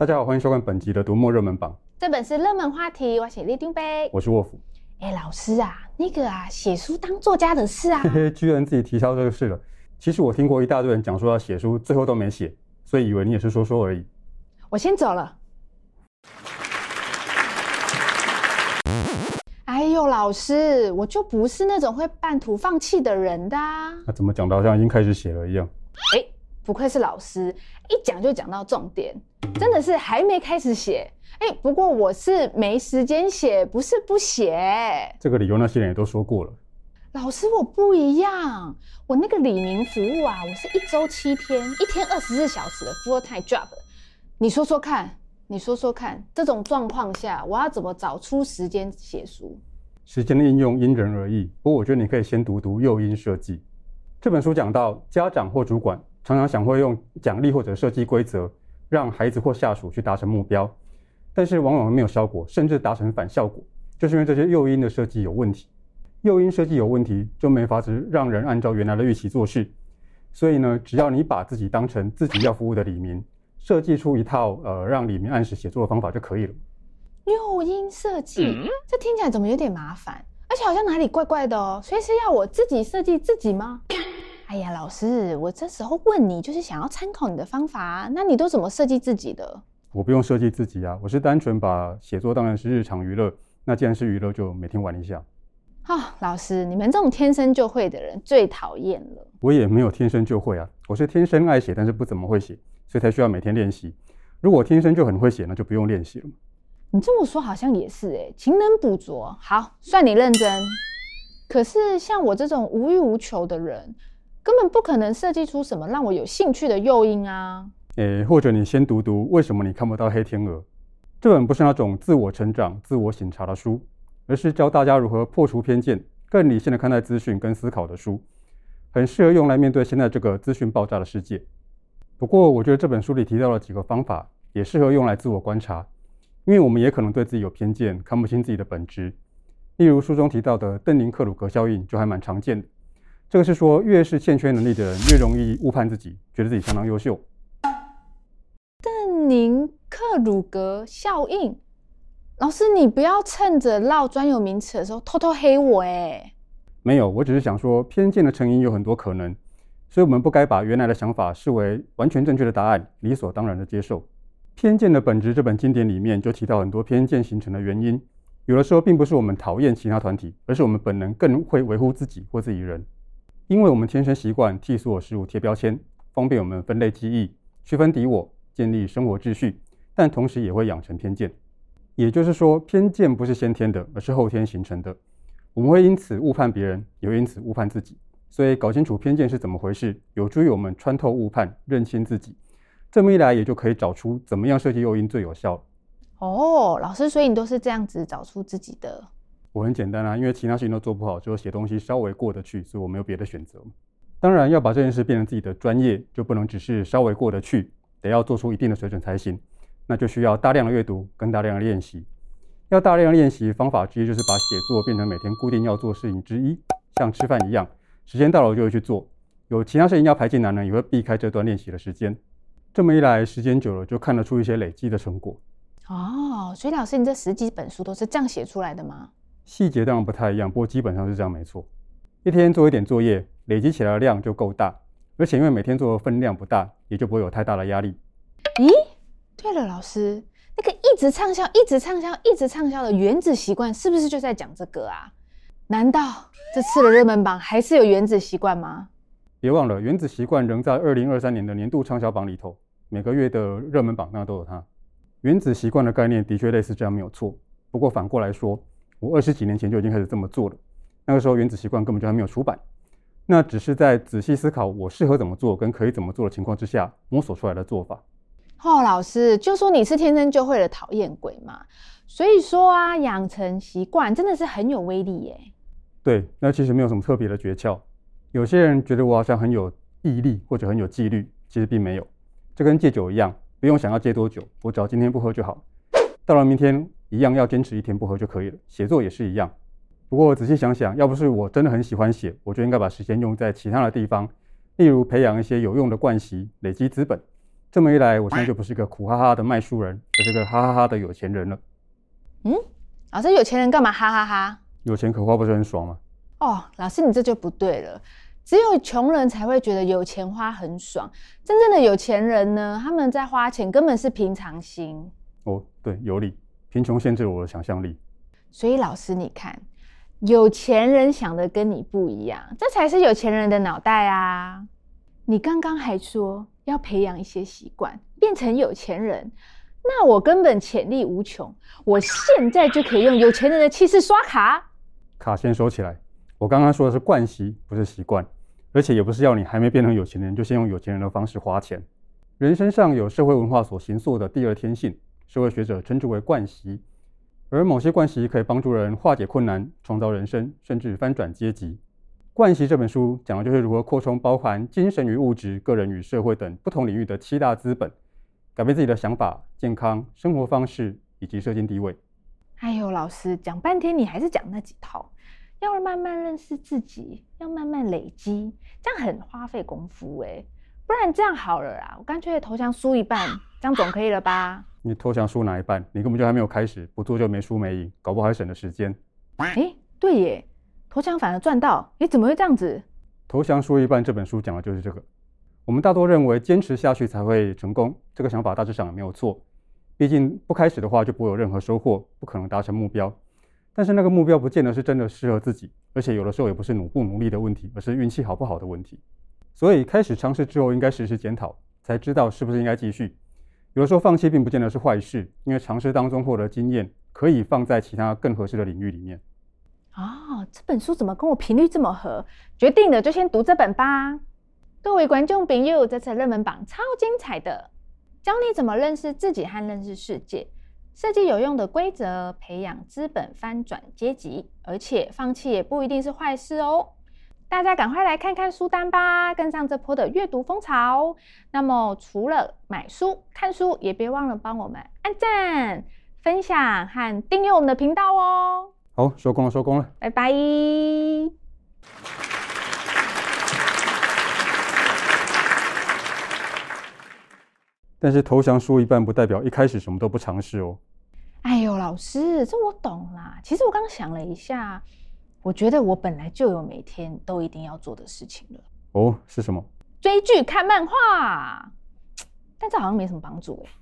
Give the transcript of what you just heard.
大家好，欢迎收看本集的读墨热门榜。 这本是热门话题，我写立丢杯。 我是沃夫。 老师啊，写书当作家的事啊， 居然自己提到这个事了。其实我听过一大堆人讲说要写书，最后都没写，所以以为你也是说说而已。 我先走了。哎呦，老师，我就不是那种会半途放弃的人的啊。 那怎么讲的好像已经开始写了一样？ 不愧是老师，一讲就讲到重点，真的是还没开始写。不过我是没时间写，不是不写。 这个理由那些人也都说过了。 老师，我不一样，我那个李明服务啊，我是1周7天，1天24小时的 full time job。你说说看，这种状况下，我要怎么找出时间写书？ 时间的应用因人而异，不过我觉得你可以先读诱因设计这本书，讲到家长或主管常常想会用奖励或者设计规则让孩子或下属去达成目标，但是往往没有效果，甚至达成反效果，就是因为这些诱因的设计有问题。诱因设计有问题，就没法子让人按照原来的预期做事。所以呢，只要你把自己当成自己要服务的李明，设计出一套让李明按时写作的方法就可以了。 诱因设计，这听起来怎么有点麻烦，而且好像哪里怪怪的哦。所以是要我自己设计自己吗？哎呀，老师，我这时候问你，就是想要参考你的方法啊。那你都怎么设计自己的？ 我不用设计自己啊，我是单纯把写作当然是日常娱乐，那既然是娱乐，就每天玩一下。 老师，你们这种天生就会的人最讨厌了。 我也没有天生就会啊，我是天生爱写，但是不怎么会写，所以才需要每天练习。如果天生就很会写，那就不用练习了。 你这么说好像也是勤能补拙。好，算你认真。可是像我这种无欲无求的人，根本不可能设计出什么让我有兴趣的诱因啊。 或者你先读读为什么你看不到黑天鹅。这本不是那种自我成长、自我省察的书，而是教大家如何破除偏见、更理性的看待资讯跟思考的书，很适合用来面对现在这个资讯爆炸的世界。不过我觉得这本书里提到了几个方法，也适合用来自我观察，因为我们也可能对自己有偏见，看不清自己的本质。例如书中提到的邓宁克鲁格效应就还蛮常见的。这个是说，越是欠缺能力的人，越容易误判自己，觉得自己相当优秀。 邓宁克鲁格效应，老师你不要趁着唠专有名词的时候偷偷黑我没有，我只是想说，偏见的成因有很多可能，所以我们不该把原来的想法视为完全正确的答案，理所当然的接受。偏见的本质这本经典里面就提到很多偏见形成的原因，有的时候并不是我们讨厌其他团体，而是我们本能更会维护自己或自己人。因为我们天生习惯替所有事物贴标签，方便我们分类记忆、区分敌我、建立生活秩序，但同时也会养成偏见。也就是说，偏见不是先天的，而是后天形成的。我们会因此误判别人，也会因此误判自己。所以搞清楚偏见是怎么回事，有助于我们穿透误判，认清自己。这么一来，也就可以找出怎么样设计诱因最有效了。 老师，所以你都是这样子找出自己的？ 我很简单啊，因为其他事情都做不好，只有写东西稍微过得去，所以我没有别的选择。当然，要把这件事变成自己的专业，就不能只是稍微过得去，得要做出一定的水准才行。那就需要大量的阅读跟大量的练习。要大量的练习，方法之一就是把写作变成每天固定要做事情之一，像吃饭一样，时间到了就会去做。有其他事情要排进来呢，也会避开这段练习的时间。这么一来，时间久了就看得出一些累积的成果。 所以老师，你这10几本书都是这样写出来的吗？ 细节当然不太一样，不过基本上是这样没错。一天做一点作业，累积起来的量就够大，而且因为每天做的分量不大，也就不会有太大的压力。 对了，老师，那个一直畅销的原子习惯是不是就在讲这个啊？难道这次的热门榜还是有原子习惯吗？ 别忘了，原子习惯仍在2023年的年度畅销榜里头，每个月的热门榜那都有它。原子习惯的概念的确类似这样没有错，不过反过来说，我20几年前就已经开始这么做了。那个时候原子习惯根本就还没有出版，那只是在仔细思考我适合怎么做跟可以怎么做的情况之下摸索出来的做法。 老师就说你是天生就会的讨厌鬼嘛，所以说啊，养成习惯真的是很有威力耶。 对，那其实没有什么特别的诀窍。有些人觉得我好像很有毅力或者很有纪律，其实并没有。这跟戒酒一样，不用想要戒多久，我只要今天不喝就好，到了明天一样要坚持1天不喝就可以了。写作也是一样。不过仔细想想，要不是我真的很喜欢写，我就应该把时间用在其他的地方，例如培养一些有用的惯习，累积资本。 这么一来，我现在就不是一个苦哈哈的卖书人，而是个哈哈哈的有钱人了。 老师，有钱人干嘛哈哈哈？ 有钱可花不是很爽吗？ 哦，老师你这就不对了。只有穷人才会觉得有钱花很爽，真正的有钱人呢，他们在花钱根本是平常心。 哦，对，有理。贫穷限制了我的想象力。 所以老师你看，有钱人想的跟你不一样，这才是有钱人的脑袋啊。你刚刚还说要培养一些习惯，变成有钱人，那我根本潜力无穷，我现在就可以用有钱人的气势刷卡。 卡先收起来，我刚刚说的是惯习，不是习惯，而且也不是要你还没变成有钱人就先用有钱人的方式花钱。人身上有社会文化所形塑的第二天性，社会学者称之为惯习，而某些惯习可以帮助人化解困难，创造人生，甚至翻转阶级。惯习这本书讲的就是如何扩充包含精神与物质、个人与社会等不同领域的7大资本，改变自己的想法、健康、生活方式以及社经地位。 哎呦，老师讲半天你还是讲那几套，要慢慢认识自己，要慢慢累积，这样很花费功夫欸。不然这样好了啦，我干脆投降输一半，这样总可以了吧？ 你投降输哪一半？你根本就还没有开始，不做就没输没赢，搞不好还省了时间。 对耶，投降反而赚到，怎么会这样子？ 投降输一半这本书讲的就是这个。我们大多认为坚持下去才会成功，这个想法大致上也没有错。毕竟不开始的话就不会有任何收获，不可能达成目标。但是那个目标不见得是真的适合自己，而且有的时候也不是努不努力的问题，而是运气好不好的问题。所以开始尝试之后应该时时检讨，才知道是不是应该继续。有的时候放弃并不见得是坏事，因为尝试当中获得经验可以放在其他更合适的领域里面。 这本书怎么跟我频率这么合？决定了就先读这本吧。各位观众朋友，这次热门榜超精彩的，教你怎么认识自己和认识世界，设计有用的规则，培养资本翻转阶级，而且放弃也不一定是坏事哦。大家赶快来看看书单吧，跟上这波的阅读风潮。那么除了买书、看书，也别忘了帮我们按赞、分享和订阅我们的频道哦。 好，收工了， 拜拜。 但是投降输一半不代表一开始什么都不尝试哦。 哎呦，老师，这我懂啦。其实我刚想了一下，我觉得我本来就有每天都一定要做的事情了。 哦，是什么？ 追剧、看漫画，但这好像没什么帮助欸。